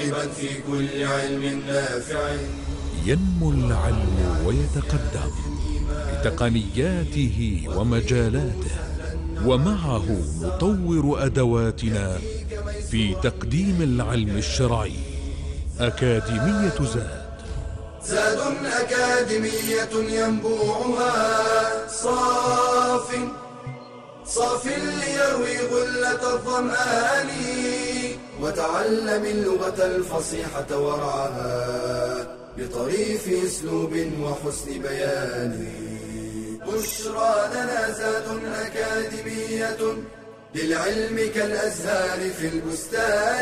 راغبا في كل علم نافع. ينمو العلم ويتقدم بتقنياته ومجالاته، ومعه نطور أدواتنا في تقديم العلم الشرعي. أكاديمية زاد أكاديمية ينبوعها صاف ليروي غلة الظمآن، وتعلم اللغة الفصيحة ورعاها بطريف اسلوب وحسن بيان. بشرى لنا زاد أكاديمية للعلم كالأزهار في البستان.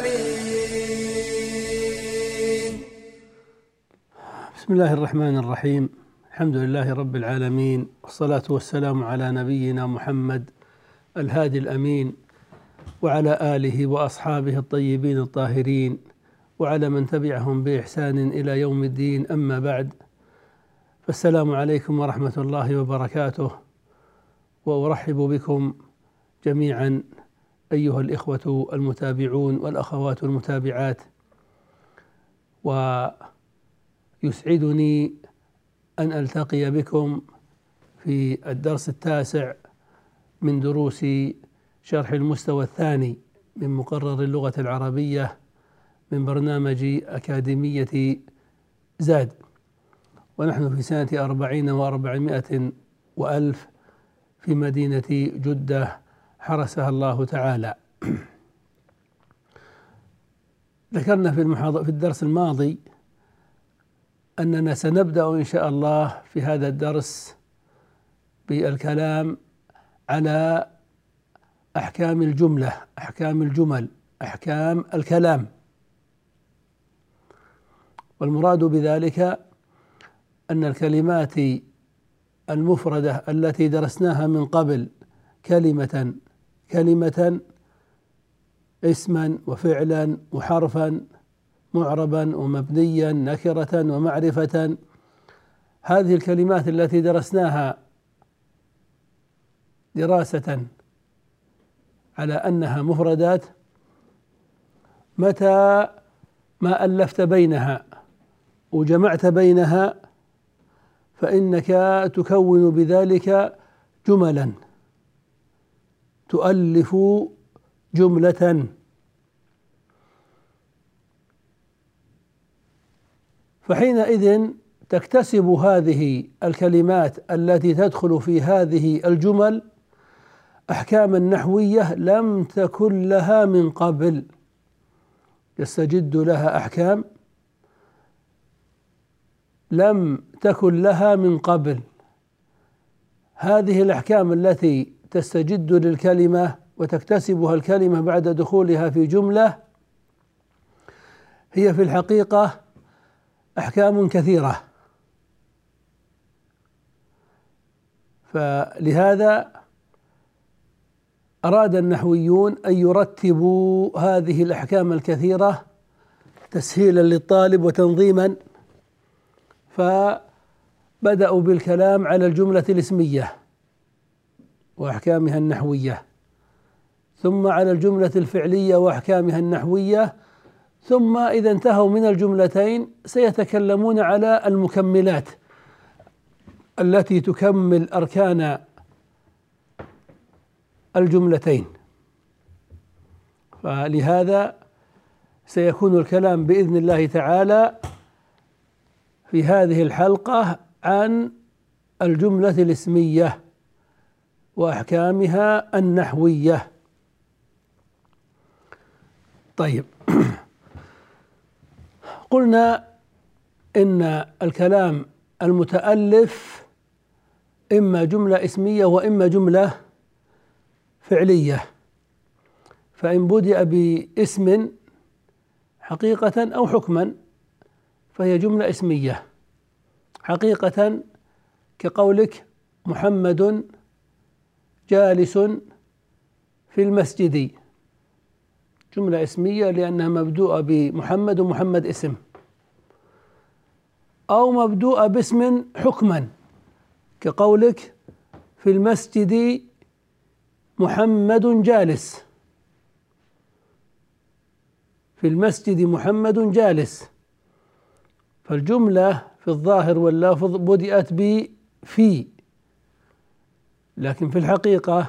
بسم الله الرحمن الرحيم. الحمد لله رب العالمين، والصلاة والسلام على نبينا محمد الهادي الأمين، وعلى آله وأصحابه الطيبين الطاهرين، وعلى من تبعهم بإحسان إلى يوم الدين. أما بعد، فالسلام عليكم ورحمة الله وبركاته، وأرحب بكم جميعا أيها الإخوة المتابعون والأخوات المتابعات. ويسعدني أن ألتقي بكم في الدرس التاسع من دروس شرح المستوى الثاني من مقرر اللغة العربية من برنامج أكاديمية زاد، ونحن في سنة 40 و400 وألف في مدينة جدة حرسها الله تعالى. ذكرنا في الدرس الماضي أننا سنبدأ إن شاء الله في هذا الدرس بالكلام على أحكام الجملة، أحكام الجمل، أحكام الكلام. والمراد بذلك أن الكلمات المفردة التي درسناها من قبل، كلمة اسما وفعلا وحرفا معربا ومبنيا نكرة ومعرفة، هذه الكلمات التي درسناها دراسة على أنها مفردات، متى ما ألفت بينها وجمعت بينها فإنك تكون بذلك جملا، تؤلف جملة. فحينئذ تكتسب هذه الكلمات التي تدخل في هذه الجمل أحكاما نحوية لم تكن لها من قبل، يستجد لها أحكام لم تكن لها من قبل. هذه الأحكام التي تستجد للكلمة وتكتسبها الكلمة بعد دخولها في جملة هي في الحقيقة أحكام كثيرة. فلهذا أراد النحويون أن يرتبوا هذه الأحكام الكثيرة تسهيلا للطالب وتنظيما، فبدأوا بالكلام على الجملة الاسمية وأحكامها النحوية، ثم على الجملة الفعلية وأحكامها النحوية، ثم إذا انتهوا من الجملتين سيتكلمون على المكملات التي تكمل أركان الجملتين. فلهذا سيكون الكلام بإذن الله تعالى في هذه الحلقة عن الجملة الاسمية وأحكامها النحوية. طيب، قلنا إن الكلام المتألف إما جملة اسمية وإما جملة فعلية. فإن بدأ باسم حقيقة أو حكما فهي جملة اسمية. حقيقة كقولك محمد جالس في المسجد، جملة اسمية لأنها مبدوءة بمحمد، ومحمد اسم. أو مبدوءة باسم حكما كقولك في المسجد محمد جالس، في في المسجد محمد جالس، فالجملة في الظاهر واللافظ بدأت بفي، لكن في الحقيقة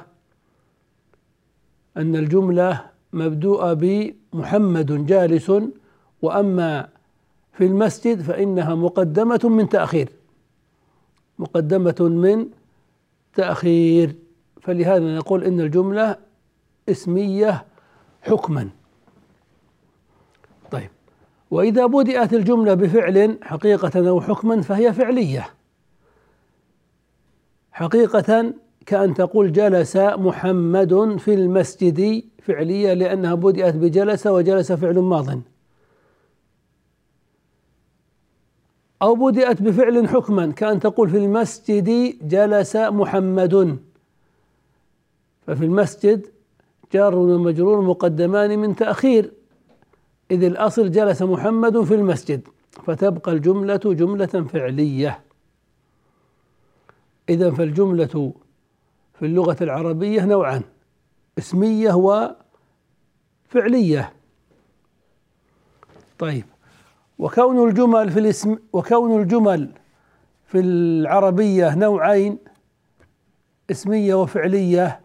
أن الجملة مبدوءة بمحمد جالس، وأما في المسجد فإنها مقدمة من تأخير، مقدمة من تأخير، فلهذا نقول إن الجملة اسمية حكما. طيب، وإذا بدأت الجملة بفعل حقيقة أو حكما فهي فعلية. حقيقة كأن تقول جلس محمد في المسجد، فعلية لأنها بدأت بجلس، وجلس فعل ماض. أو بدأت بفعل حكما كأن تقول في المسجد جلس محمد، ففي المسجد جار ومجرور مقدمان من تأخير، إذ الأصل جلس محمد في المسجد، فتبقى الجملة جملة فعلية. إذن فالجملة في اللغة العربية نوعان: اسمية وفعلية. طيب، وكون الجمل في العربية نوعين، اسمية وفعلية،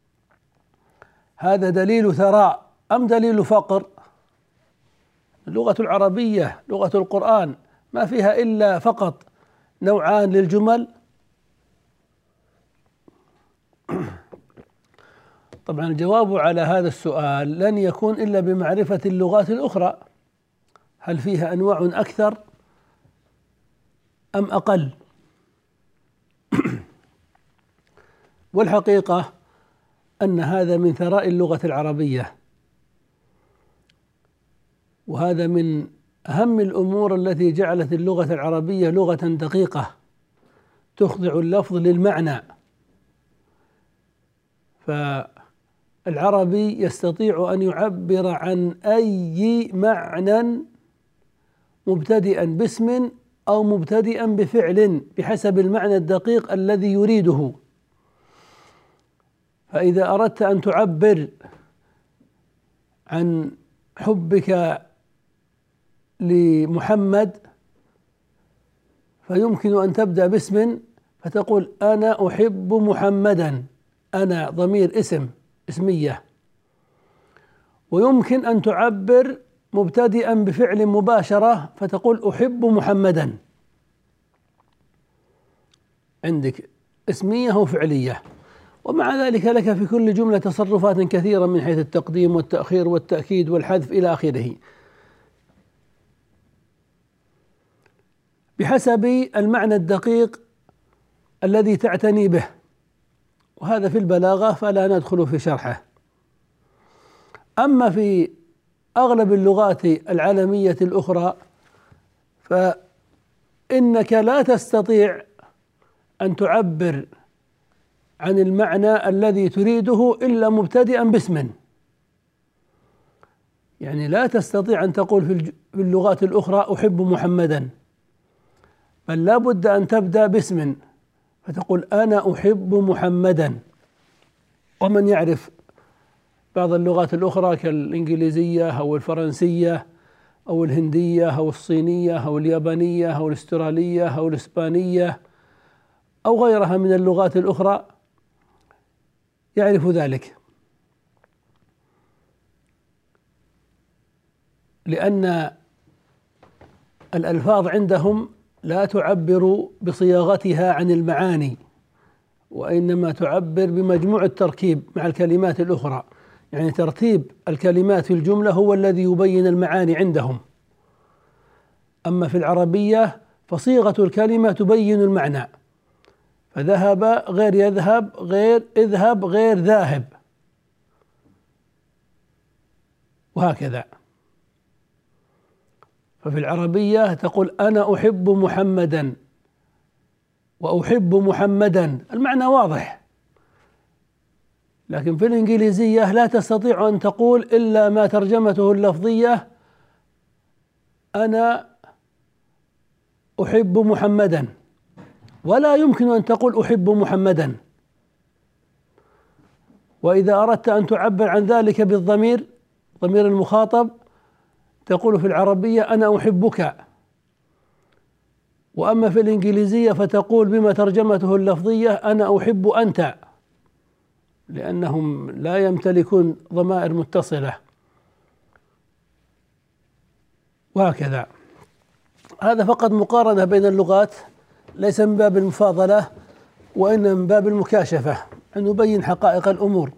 هذا دليل ثراء أم دليل فقر؟ اللغة العربية لغة القرآن ما فيها إلا فقط نوعان للجمل. طبعا الجواب على هذا السؤال لن يكون إلا بمعرفة اللغات الأخرى، هل فيها أنواع أكثر أم أقل؟ والحقيقة أن هذا من ثراء اللغة العربية، وهذا من أهم الأمور التي جعلت اللغة العربية لغة دقيقة تخضع اللفظ للمعنى. فالعربي يستطيع أن يعبر عن أي معنى مبتدئا باسم أو مبتدئا بفعل بحسب المعنى الدقيق الذي يريده. فإذا أردت أن تعبر عن حبك لمحمد فيمكن أن تبدأ باسم فتقول أنا أحب محمدا، أنا ضمير اسمية. ويمكن أن تعبر مبتدئا بفعل مباشرة فتقول أحب محمدا، عندك اسمية وفعلية. ومع ذلك لك في كل جملة تصرفات كثيرة من حيث التقديم والتأخير والتأكيد والحذف إلى آخره، بحسب المعنى الدقيق الذي تعتني به، وهذا في البلاغة فلا ندخل في شرحه. أما في أغلب اللغات العالمية الأخرى فإنك لا تستطيع أن تعبر عن المعنى الذي تريده إلا مبتدئا باسم، يعني لا تستطيع أن تقول في اللغات الأخرى أحب محمدا، بل لا بد أن تبدأ باسم فتقول أنا أحب محمدا. ومن يعرف بعض اللغات الأخرى كالإنجليزية أو الفرنسية أو الهندية أو الصينية أو اليابانية أو الأسترالية أو الإسبانية أو غيرها من اللغات الأخرى يعرف ذلك، لأن الألفاظ عندهم لا تعبر بصياغتها عن المعاني، وإنما تعبر بمجموع التركيب مع الكلمات الأخرى، يعني ترتيب الكلمات في الجملة هو الذي يبين المعاني عندهم. أما في العربية فصيغة الكلمة تبين المعنى، فذهب غير يذهب غير اذهب غير ذاهب، وهكذا. ففي العربية تقول أنا أحب محمدا وأحب محمدا، المعنى واضح. لكن في الإنجليزية لا تستطيع أن تقول إلا ما ترجمته اللفظية أنا أحب محمدا، ولا يمكن أن تقول أحب محمدا. وإذا أردت أن تعبر عن ذلك بالضمير، ضمير المخاطب، تقول في العربية أنا أحبك، وأما في الإنجليزية فتقول بما ترجمته اللفظية أنا أحب أنت، لأنهم لا يمتلكون ضمائر متصلة، وهكذا. هذا فقط مقارنة بين اللغات، ليس من باب المفاضلة وإنما من باب المكاشفة، أن نبين حقائق الأمور.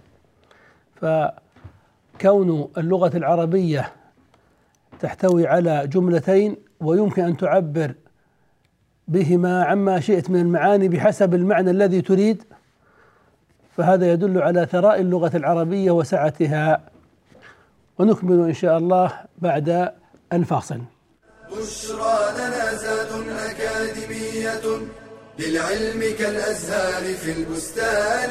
فكون اللغة العربية تحتوي على جملتين ويمكن أن تعبر بهما عما شئت من المعاني بحسب المعنى الذي تريد، فهذا يدل على ثراء اللغة العربية وسعتها. ونكمل إن شاء الله بعد الفاصل. بشرى لنا زاد أكاديمية للعلم كالأزهار في البستان.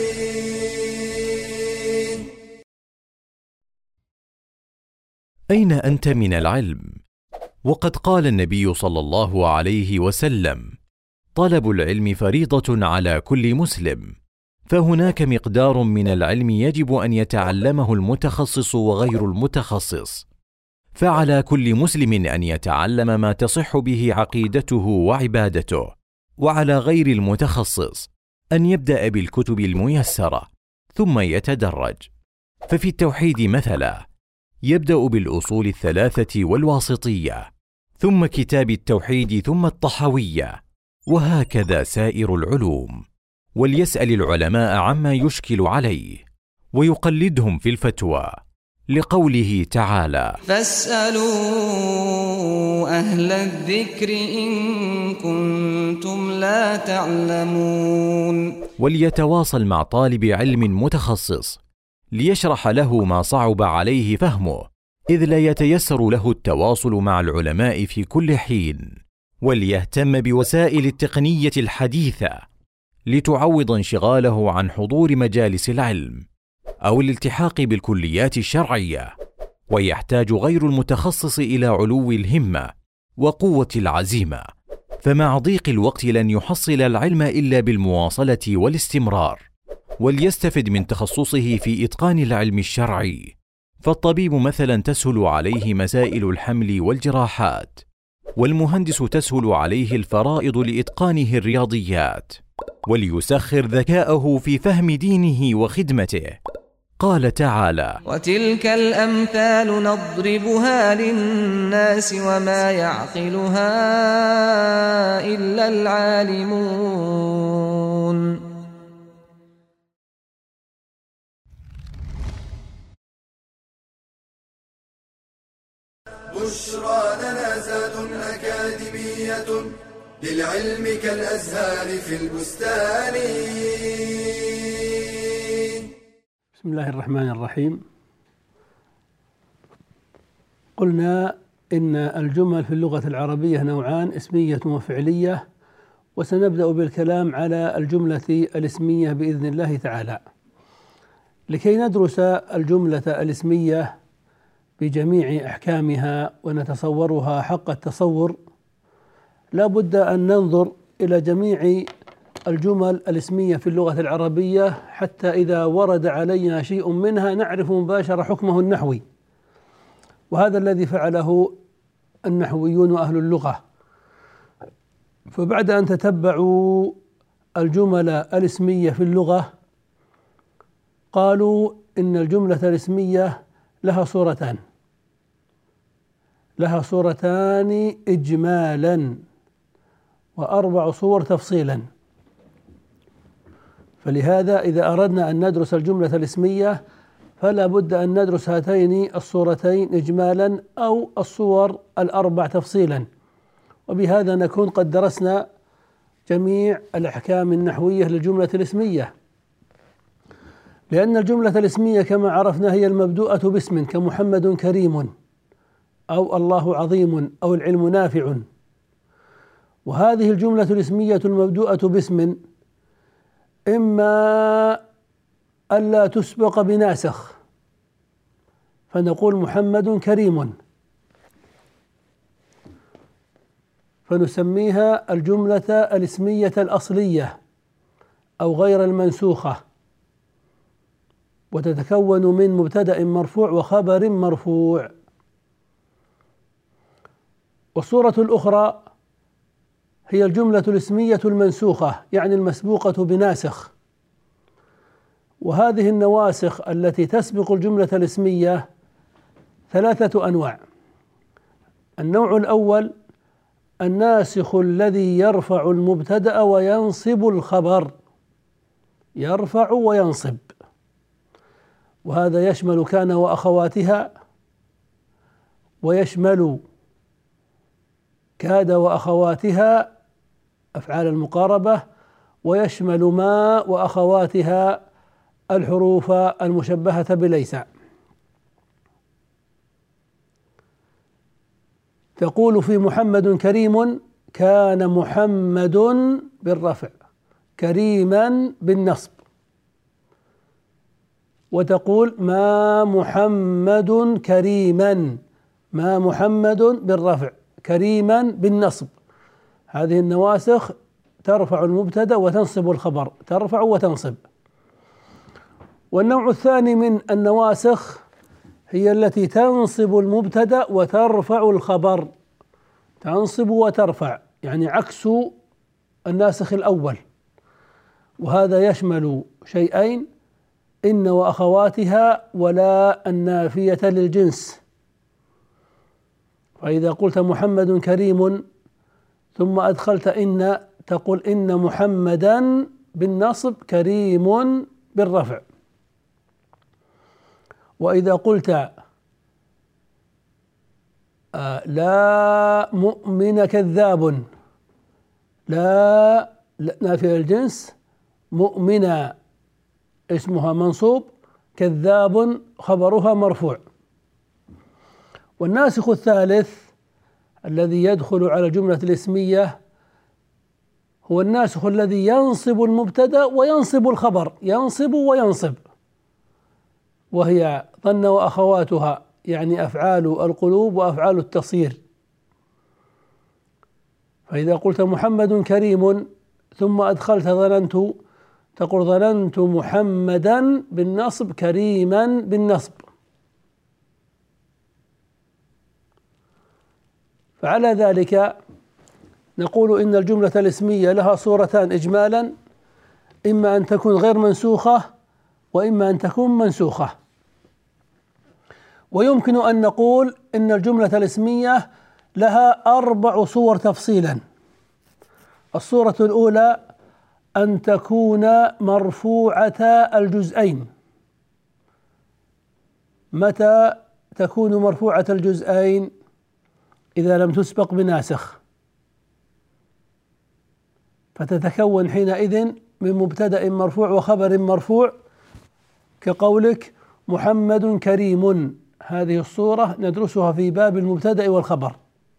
أين أنت من العلم؟ وقد قال النبي صلى الله عليه وسلم: طلب العلم فريضة على كل مسلم، فهناك مقدار من العلم يجب أن يتعلمه المتخصص وغير المتخصص، فعلى كل مسلم أن يتعلم ما تصح به عقيدته وعبادته، وعلى غير المتخصص أن يبدأ بالكتب الميسرة ثم يتدرج. ففي التوحيد مثلا يبدأ بالأصول الثلاثة والواسطية، ثم كتاب التوحيد، ثم الطحاوية، وهكذا سائر العلوم. وليسأل العلماء عما يشكل عليه ويقلدهم في الفتوى، لقوله تعالى: فاسألوا أهل الذكر إن كنتم لا تعلمون. وليتواصل مع طالب علم متخصص ليشرح له ما صعب عليه فهمه، إذ لا يتيسر له التواصل مع العلماء في كل حين. وليهتم بوسائل التقنية الحديثة لتعوض انشغاله عن حضور مجالس العلم أو الالتحاق بالكليات الشرعية. ويحتاج غير المتخصص إلى علو الهمة وقوة العزيمة، فمع ضيق الوقت لن يحصل العلم إلا بالمواصلة والاستمرار. وليستفد من تخصصه في إتقان العلم الشرعي، فالطبيب مثلا تسهل عليه مسائل الحمل والجراحات، والمهندس تسهل عليه الفرائض لإتقانه الرياضيات. وليسخر ذكاءه في فهم دينه وخدمته. قال تعالى: وتلك الأمثال نضربها للناس وما يعقلها إلا العالمون. بشرى لنا زاد أكاديمية للعلم كالأزهار في البستان. بسم الله الرحمن الرحيم. قلنا إن الجمل في اللغة العربية نوعان: اسمية وفعلية، وسنبدأ بالكلام على الجملة الاسمية بإذن الله تعالى. لكي ندرس الجملة الاسمية بجميع أحكامها ونتصورها حق التصور، لا بد أن ننظر إلى جميع الجمل الاسمية في اللغة العربية، حتى إذا ورد علينا شيء منها نعرف مباشرة حكمه النحوي، وهذا الذي فعله النحويون وأهل اللغة. فبعد أن تتبعوا الجمل الاسمية في اللغة قالوا إن الجملة الاسمية لها صورتان إجمالا، و4 صور تفصيلا. فلهذا إذا أردنا أن ندرس الجملة الاسمية فلا بد أن ندرس هاتين الصورتين إجمالا أو الصور 4 تفصيلا، وبهذا نكون قد درسنا جميع الأحكام النحوية للجملة الاسمية. لأن الجملة الاسمية كما عرفنا هي المبدوءة باسم، كمحمد كريم، أو الله عظيم، أو العلم نافع. وهذه الجملة الاسمية المبدوءة باسم إما ألا تسبق بناسخ، فنقول محمد كريم، فنسميها الجملة الاسمية الأصلية أو غير المنسوخة، وتتكون من مبتدأ مرفوع وخبر مرفوع. والصورة الأخرى هي الجملة الاسمية المنسوخة، يعني المسبوقة بناسخ. وهذه النواسخ التي تسبق الجملة الاسمية 3 أنواع. النوع الأول الناسخ الذي يرفع المبتدأ وينصب الخبر، يرفع وينصب، وهذا يشمل كان وأخواتها، ويشمل كاد وأخواتها أفعال المقاربة، ويشمل ما وأخواتها الحروف المشبهة بليس. تقول في محمد كريم كان محمد بالرفع كريما بالنصب، وتقول ما محمد كريما، ما محمد بالرفع كريما بالنصب. هذه النواسخ ترفع المبتدأ وتنصب الخبر، ترفع وتنصب. والنوع الثاني من النواسخ هي التي تنصب المبتدأ وترفع الخبر، تنصب وترفع، يعني عكس الناسخ الأول. وهذا يشمل شيئين: إن وأخواتها، ولا النافية للجنس. فإذا قلت محمد كريم ثم أدخلت إن، تقول إن محمدا بالنصب كريم بالرفع. وإذا قلت لا مؤمن كذاب، لا نافية الجنس، مؤمنة اسمها منصوب، كذاب خبرها مرفوع. والناسخ الثالث الذي يدخل على الجملة الاسمية هو الناسخ الذي ينصب المبتدأ وينصب الخبر، ينصب وينصب، وهي ظن وأخواتها، يعني أفعال القلوب وأفعال التصير. فإذا قلت محمد كريم ثم أدخلت ظننت، تقول ظننت محمدا بالنصب كريما بالنصب. فعلى ذلك نقول إن الجملة الاسمية لها صورتان إجمالا: إما أن تكون غير منسوخة، وإما أن تكون منسوخة. ويمكن أن نقول إن الجملة الاسمية لها 4 صور تفصيلا. الصورة الأولى أن تكون مرفوعة الجزئين. متى تكون مرفوعة الجزئين؟ إذا لم تسبق بناسخ، فتتكون حينئذ من مبتدأ مرفوع وخبر مرفوع، كقولك محمد كريم. هذه الصورة ندرسها في باب المبتدأ والخبر.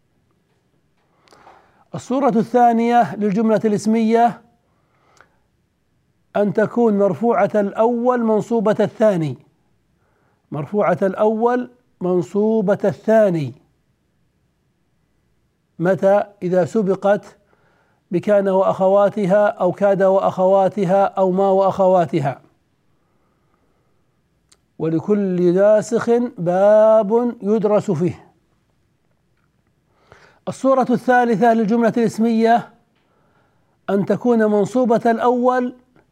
الصورة الثانية للجملة الاسمية أن تكون مرفوعة الأول منصوبة الثاني، مرفوعة الأول منصوبة الثاني. متى؟ إذا سبقت بكان وأخواتها، أو كاد وأخواتها، أو ما وأخواتها. ولكل ناسخ باب يدرس فيه. الصورة الثالثة للجملة الاسمية أن تكون منصوبة الأول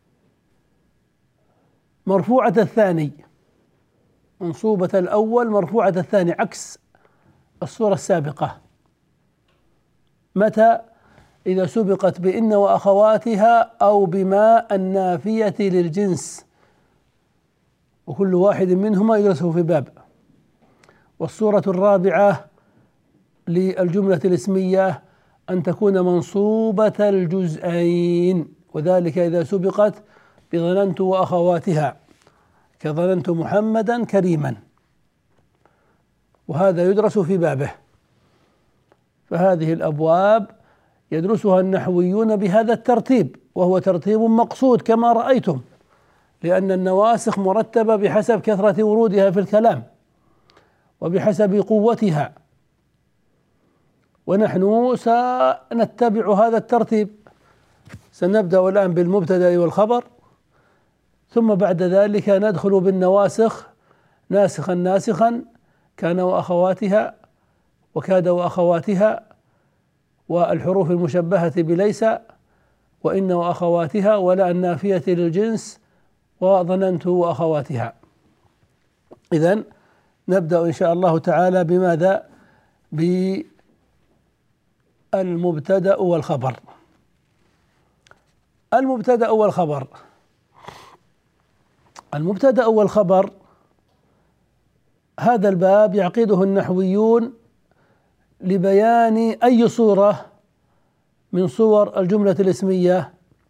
مرفوعة الثاني، منصوبة الأول مرفوعة الثاني، عكس الصورة السابقة. متى؟ إذا سبقت بإن وأخواتها أو بما النافية للجنس، وكل واحد منهما يدرس في باب. والصورة الرابعة للجملة الاسمية أن تكون منصوبة الجزئين، وذلك إذا سبقت بظننت وأخواتها، كظننت محمدا كريما، وهذا يدرس في بابه. فهذه الأبواب يدرسها النحويون بهذا الترتيب، وهو ترتيب مقصود كما رأيتم، لأن النواسخ مرتبة بحسب كثرة ورودها في الكلام وبحسب قوتها، ونحن سنتبع هذا الترتيب. سنبدأ الآن بالمبتدأ والخبر، ثم بعد ذلك ندخل بالنواسخ ناسخا ناسخا، كان وأخواتها، وكاد وأخواتها، والحروف المشبهة بليس وإن وأخواتها، ولا النافية للجنس وظننت وأخواتها. إذن نبدأ إن شاء الله تعالى بماذا؟ بالمبتدأ والخبر. المبتدأ والخبر. المبتدأ والخبر هذا الباب يعقده النحويون لبيان أي صورة من صور الجملة الاسمية،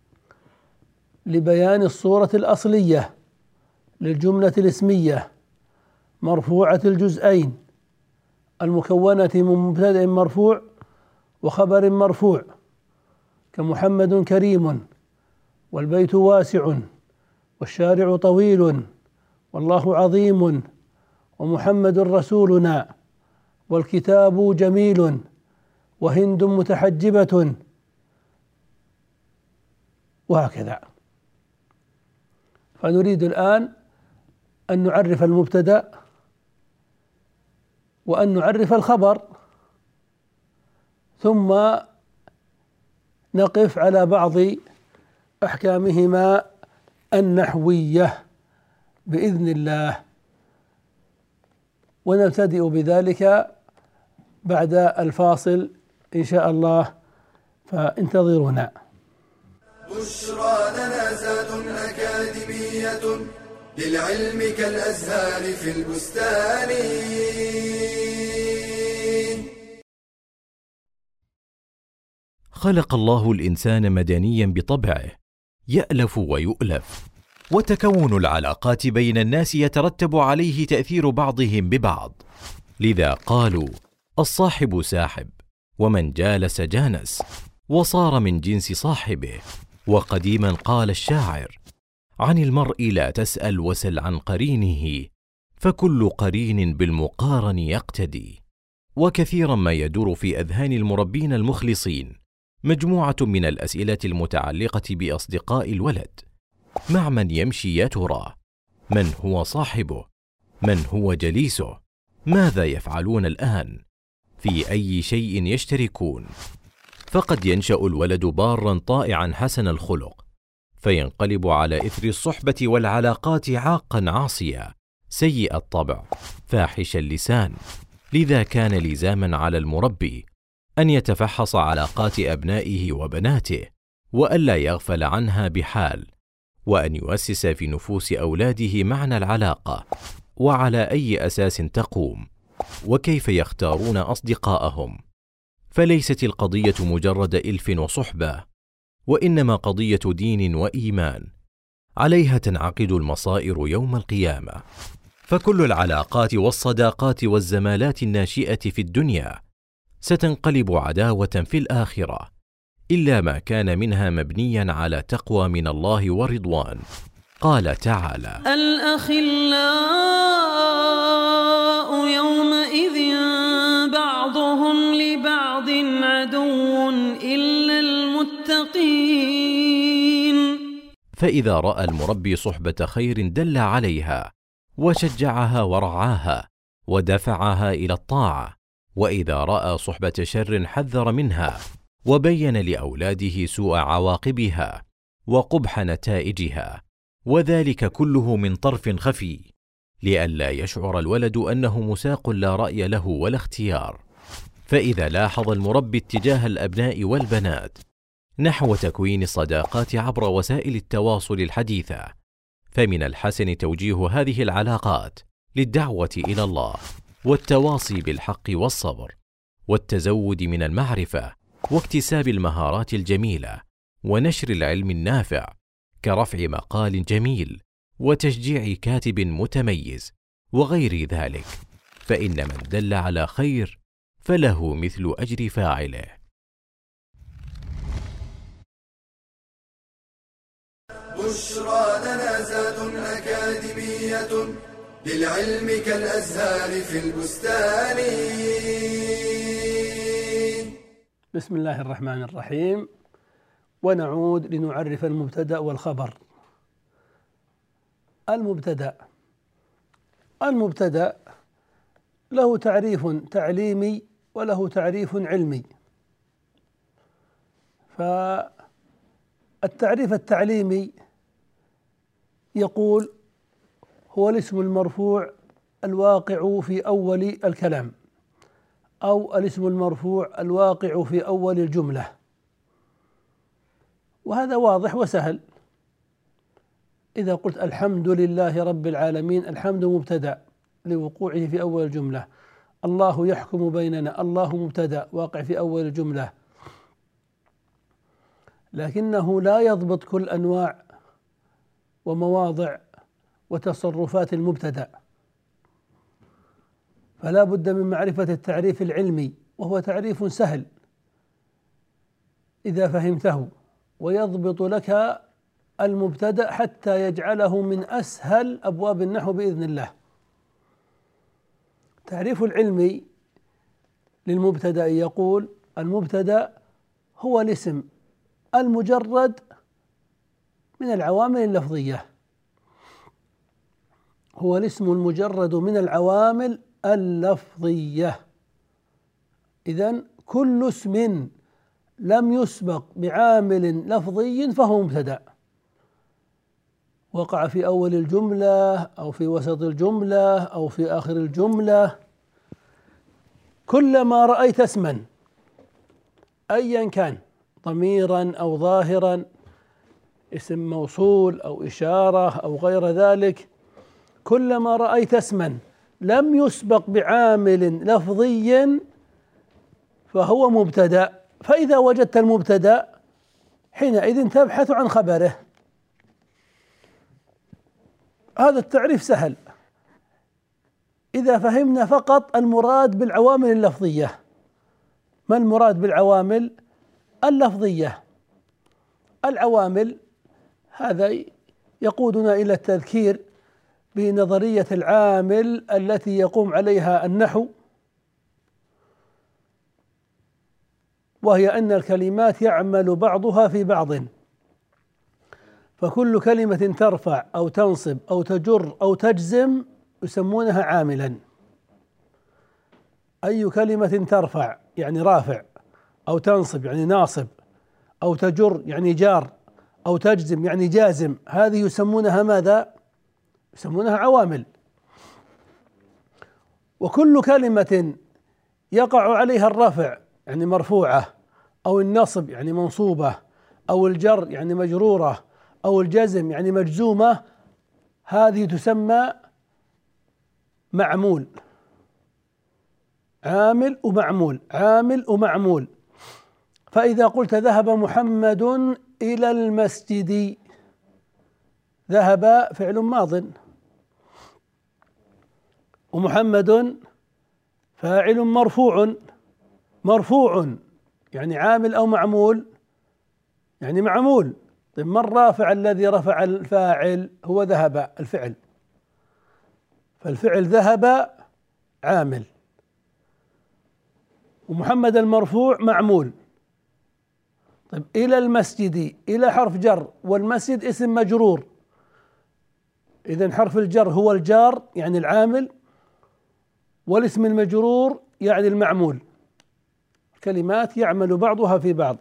لبيان الصورة الأصلية للجملة الاسمية مرفوعة الجزئين المكونة من مبتدأ مرفوع وخبر مرفوع، كمحمد كريم، والبيت واسع، والشارع طويل، والله عظيم، ومحمد رسولنا، والكتاب جميل، وهند متحجبة، وهكذا. فنريد الآن أن نعرف المبتدأ وأن نعرف الخبر، ثم نقف على بعض أحكامهما النحوية بإذن الله، ونبتدئ بذلك بعد الفاصل إن شاء الله، فانتظرونا. بشرى لنا زاد أكاديمية للعلم كالأزهار في البستان. خلق الله الإنسان مدنيا بطبعه، يألف ويؤلف، وتكون العلاقات بين الناس يترتب عليه تأثير بعضهم ببعض، لذا قالوا الصاحب ساحب، ومن جالس جانس، وصار من جنس صاحبه. وقديما قال الشاعر: عن المرء لا تسأل وسل عن قرينه، فكل قرين بالمقارن يقتدي. وكثيرا ما يدور في أذهان المربين المخلصين مجموعة من الأسئلة المتعلقة بأصدقاء الولد: مع من يمشي يا ترى؟ من هو صاحبه؟ من هو جليسه؟ ماذا يفعلون الآن؟ في أي شيء يشتركون؟ فقد ينشأ الولد بارا طائعا حسن الخلق، فينقلب على إثر الصحبة والعلاقات عاقا عاصيا سيء الطبع فاحش اللسان. لذا كان لزاما على المربي أن يتفحص علاقات أبنائه وبناته، وألا يغفل عنها بحال، وأن يؤسس في نفوس أولاده معنى العلاقة، وعلى أي أساس تقوم، وكيف يختارون أصدقاءهم. فليست القضية مجرد إلف وصحبة، وإنما قضية دين وإيمان، عليها تنعقد المصائر يوم القيامة. فكل العلاقات والصداقات والزمالات الناشئة في الدنيا ستنقلب عداوة في الآخرة، إلا ما كان منها مبنيا على تقوى من الله ورضوان. قال تعالى: الأخلاء يومئذ بعضهم لبعض عدو إلا المتقين. فإذا رأى المربي صحبة خير دل عليها، وشجعها ورعاها، ودفعها إلى الطاعة، وإذا رأى صحبة شر حذر منها، وبين لأولاده سوء عواقبها وقبح نتائجها، وذلك كله من طرف خفي، لئلا يشعر الولد أنه مساق لا رأي له ولا اختيار. فإذا لاحظ المربي اتجاه الأبناء والبنات نحو تكوين الصداقات عبر وسائل التواصل الحديثة، فمن الحسن توجيه هذه العلاقات للدعوة إلى الله، والتواصي بالحق والصبر، والتزود من المعرفة، واكتساب المهارات الجميلة، ونشر العلم النافع، كرفع مقال جميل، وتشجيع كاتب متميز، وغير ذلك. فإن من دل على خير فله مثل أجر فاعله. بشرى لنا زاد أكاديمية للعلم كالأزهار في البستان. بسم الله الرحمن الرحيم. ونعود لنعرف المبتدأ والخبر. المبتدأ له تعريف تعليمي وله تعريف علمي. فالتعريف التعليمي يقول: هو الاسم المرفوع الواقع في أول الكلام، أو الاسم المرفوع الواقع في أول الجملة. وهذا واضح وسهل. إذا قلت الحمد لله رب العالمين، الحمد مبتدأ لوقوعه في أول الجملة. الله يحكم بيننا، الله مبتدأ واقع في أول الجملة، لكنه لا يضبط كل أنواع ومواضع وتصرفات المبتدأ، فلا بد من معرفة التعريف العلمي، وهو تعريف سهل إذا فهمته، ويضبط لك المبتدأ حتى يجعله من أسهل أبواب النحو بإذن الله. التعريف العلمي للمبتدأ يقول: المبتدأ هو الاسم المجرد من العوامل اللفظية، هو الاسم المجرد من العوامل اللفظية. إذن كل اسم لم يسبق بعامل لفظي فهو مبتدأ، وقع في أول الجملة أو في وسط الجملة أو في آخر الجملة. كلما رأيت اسما أيا كان، ضميرا أو ظاهرا، اسم موصول أو إشارة أو غير ذلك، كلما رأيت اسما لم يسبق بعامل لفظي فهو مبتدأ. فإذا وجدت المبتدأ حينئذ تبحث عن خبره. هذا التعريف سهل إذا فهمنا فقط المراد بالعوامل اللفظية. ما المراد بالعوامل اللفظية؟ العوامل هذا يقودنا إلى التذكير بنظرية العامل التي يقوم عليها النحو، وهي أن الكلمات يعمل بعضها في بعض، فكل كلمة ترفع أو تنصب أو تجر أو تجزم يسمونها عاملا. أي كلمة ترفع يعني رافع، أو تنصب يعني ناصب، أو تجر يعني جار، أو تجزم يعني جازم، هذه يسمونها ماذا؟ يسمونها عوامل. وكل كلمة يقع عليها الرفع يعني مرفوعة، أو النصب يعني منصوبة، أو الجر يعني مجرورة، أو الجزم يعني مجزومة، هذه تسمى معمول. عامل ومعمول، عامل ومعمول. فإذا قلت ذهب محمد إلى المسجد، ذهب فعل ماض، ومحمد فاعل مرفوع. مرفوع يعني عامل أو معمول؟ يعني معمول. طيب ما الرافع الذي رفع الفاعل؟ هو ذهب الفعل، فالفعل ذهب عامل، ومحمد المرفوع معمول. طيب إلى المسجد، إلى حرف جر، والمسجد اسم مجرور، إذن حرف الجر هو الجار يعني العامل، والاسم المجرور يعني المعمول. كلمات يعمل بعضها في بعض.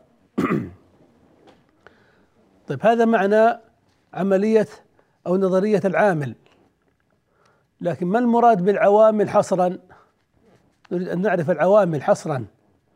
طيب هذا معنى عملية أو نظرية العامل. لكن ما المراد بالعوامل حصرا؟ نريد أن نعرف العوامل حصرا.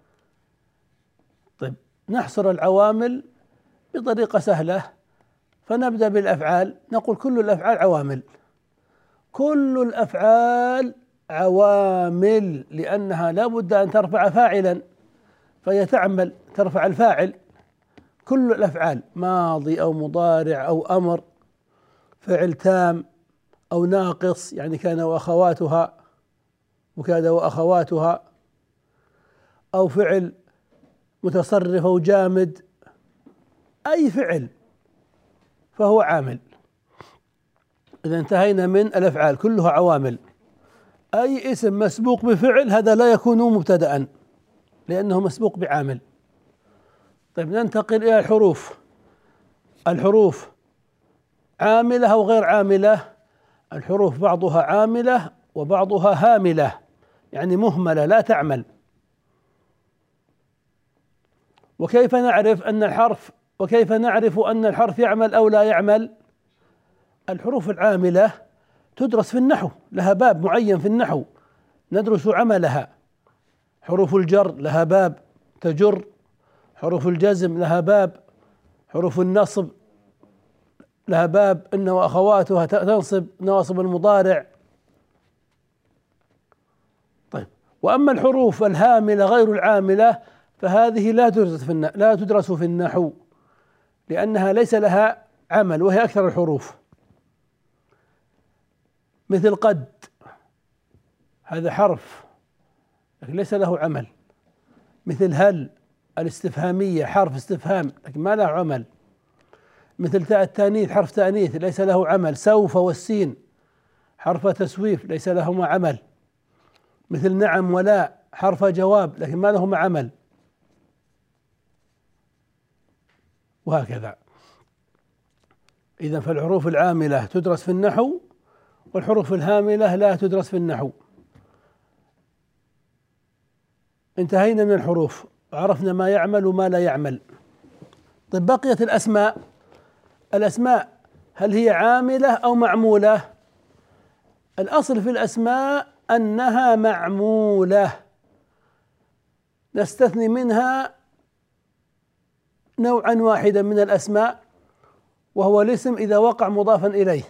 طيب نحصر العوامل بطريقة سهلة، فنبدأ بالأفعال. نقول كل الأفعال عوامل. كل الأفعال عوامل، لأنها لا بد أن ترفع فاعلا، فهي تعمل ترفع الفاعل. كل الأفعال ماضي أو مضارع أو أمر، فعل تام أو ناقص يعني كان وأخواتها وكاد وأخواتها، أو فعل متصرف أو جامد، أي فعل فهو عامل. إذا انتهينا من الأفعال كلها عوامل. أي اسم مسبوق بفعل هذا لا يكون مبتدأ لأنه مسبوق بعامل. طيب ننتقل إلى الحروف. الحروف عاملة أو غير عاملة؟ الحروف بعضها عاملة وبعضها هاملة، يعني مهملة لا تعمل. وكيف نعرف أن الحرف يعمل أو لا يعمل؟ الحروف العاملة تدرس في النحو، لها باب معين في النحو ندرس عملها. حروف الجر لها باب تجر، حروف الجزم لها باب، حروف النصب لها باب إن وأخواتها تنصب نواصب المضارع. طيب، وأما الحروف الهاملة غير العاملة فهذه لا تدرس في النحو لأنها ليس لها عمل، وهي أكثر الحروف، مثل قد، هذا حرف لكن ليس له عمل. مثل هل الاستفهامية، حرف استفهام لكن ما له عمل. مثل تاء التانيث، حرف تانيث ليس له عمل. سوف والسين حرف تسويف ليس لهما عمل. مثل نعم ولا، حرف جواب لكن ما لهما عمل، وهكذا. إذا فالحروف العاملة تدرس في النحو، والحروف الهاملة لا تدرس في النحو. انتهينا من الحروف، عرفنا ما يعمل وما لا يعمل. طيب، بقيت الأسماء. الأسماء هل هي عاملة أو معمولة؟ الأصل في الأسماء أنها معمولة، نستثني منها نوعا واحدا من الأسماء، وهو الاسم إذا وقع مضافا إليه.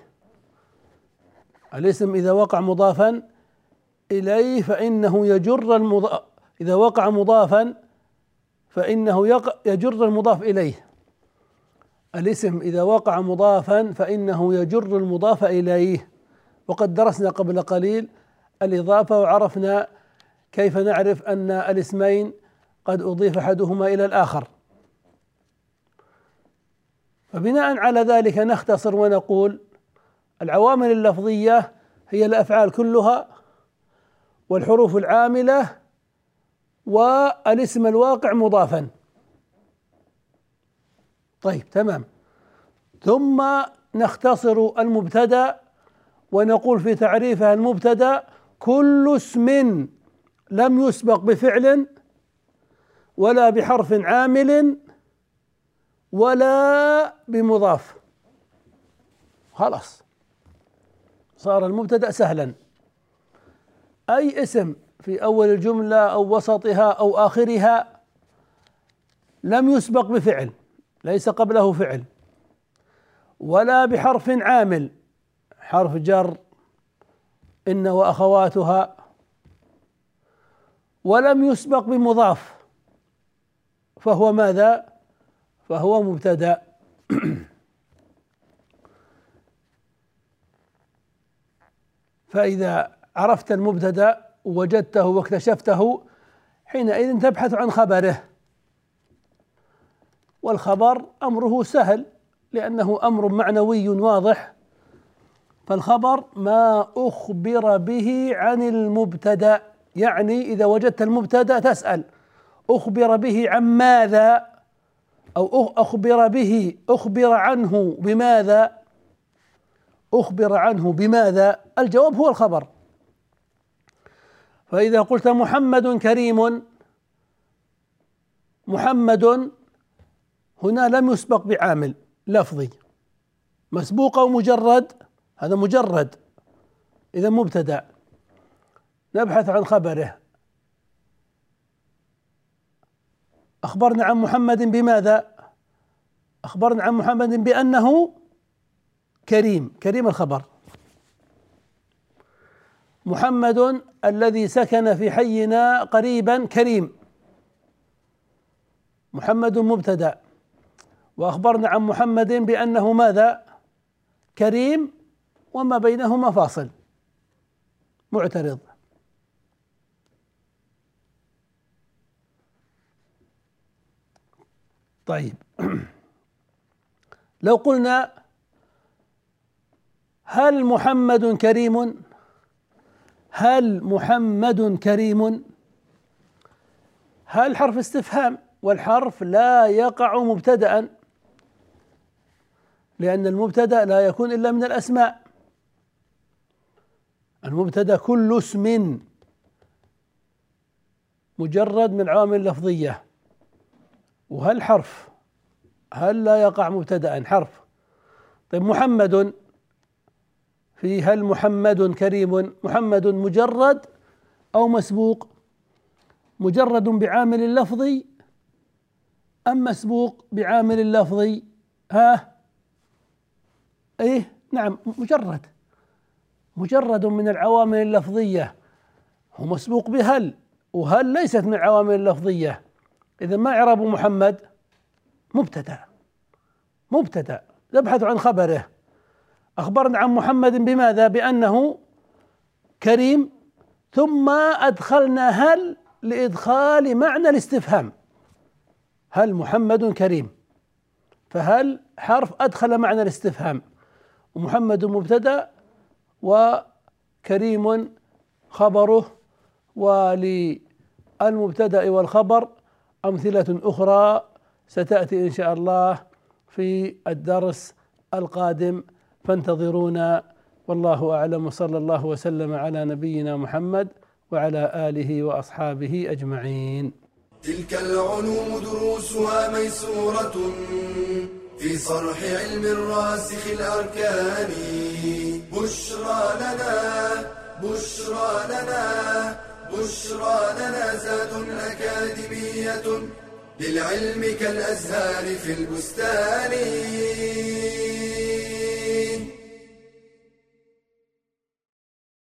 الاسم إذا وقع مضافا إليه فإنه يجر إذا وقع مضافا فإنه يجر المضاف إليه. الاسم إذا وقع مضافا فإنه يجر المضاف إليه، وقد درسنا قبل قليل الإضافة وعرفنا كيف نعرف أن الاسمين قد أضيف أحدهما إلى الآخر. فبناء على ذلك نختصر ونقول العوامل اللفظية هي الأفعال كلها، والحروف العاملة، والاسم الواقع مضافا. طيب، تمام. ثم نختصر المبتدأ ونقول في تعريفها: المبتدأ كل اسم لم يسبق بفعل ولا بحرف عامل ولا بمضاف. خلاص، صار المبتدأ سهلا. أي اسم في أول الجملة أو وسطها أو آخرها لم يسبق بفعل، ليس قبله فعل، ولا بحرف عامل، حرف جر إن وأخواتها، ولم يسبق بمضاف، فهو ماذا؟ فهو مبتدأ. فإذا عرفت المبتدأ ووجدته واكتشفته حينئذ تبحث عن خبره، والخبر أمره سهل لأنه أمر معنوي واضح. فالخبر ما أخبر به عن المبتدأ، يعني إذا وجدت المبتدأ تسأل أخبر به عن ماذا، أو أخبر عنه بماذا، أخبر عنه بماذا؟ الجواب هو الخبر. فإذا قلت محمد كريم، محمد هنا لم يسبق بعامل لفظي، مسبوق أو مجرد؟ هذا مجرد، إذا مبتدأ. نبحث عن خبره. أخبرنا عن محمد بماذا؟ أخبرنا عن محمد بأنه كريم، كريم الخبر. محمد الذي سكن في حينا قريبا كريم، محمد مبتدأ. وأخبرنا عن محمد بأنه ماذا؟ كريم، وما بينهما فاصل معترض. طيب، لو قلنا هل محمد كريم؟ هل محمد كريم؟ هل حرف استفهام، والحرف لا يقع مبتدأ، لأن المبتدأ لا يكون إلا من الأسماء. المبتدأ كل اسم مجرد من العوامل اللفظية. وهل حرف، هل لا يقع مبتدأ حرف. طيب محمد، في هل محمد كريم، محمد مجرد أو مسبوق؟ مجرد بعامل اللفظي أم مسبوق بعامل اللفظي؟ إيه نعم، مجرد من العوامل اللفظية، هو مسبوق بهل، وهل ليست من العوامل اللفظية. إذا ما إعراب محمد؟ مبتدأ نبحث عن خبره. أخبرنا عن محمد بماذا؟ بأنه كريم، ثم أدخلنا هل لإدخال معنى الاستفهام. هل محمد كريم، فهل حرف أدخل معنى الاستفهام، ومحمد مبتدأ وكريم خبره. وللمبتدأ والخبر أمثلة أخرى ستأتي إن شاء الله في الدرس القادم، فانتظرونا. والله أعلم، وصلى الله وسلم على نبينا محمد وعلى آله وأصحابه أجمعين. تلك العلوم دروسها ميسورة في صرح علم الراسخ الأركان. بشرى لنا زاد أكاديمية للعلم كالأزهار في البستان.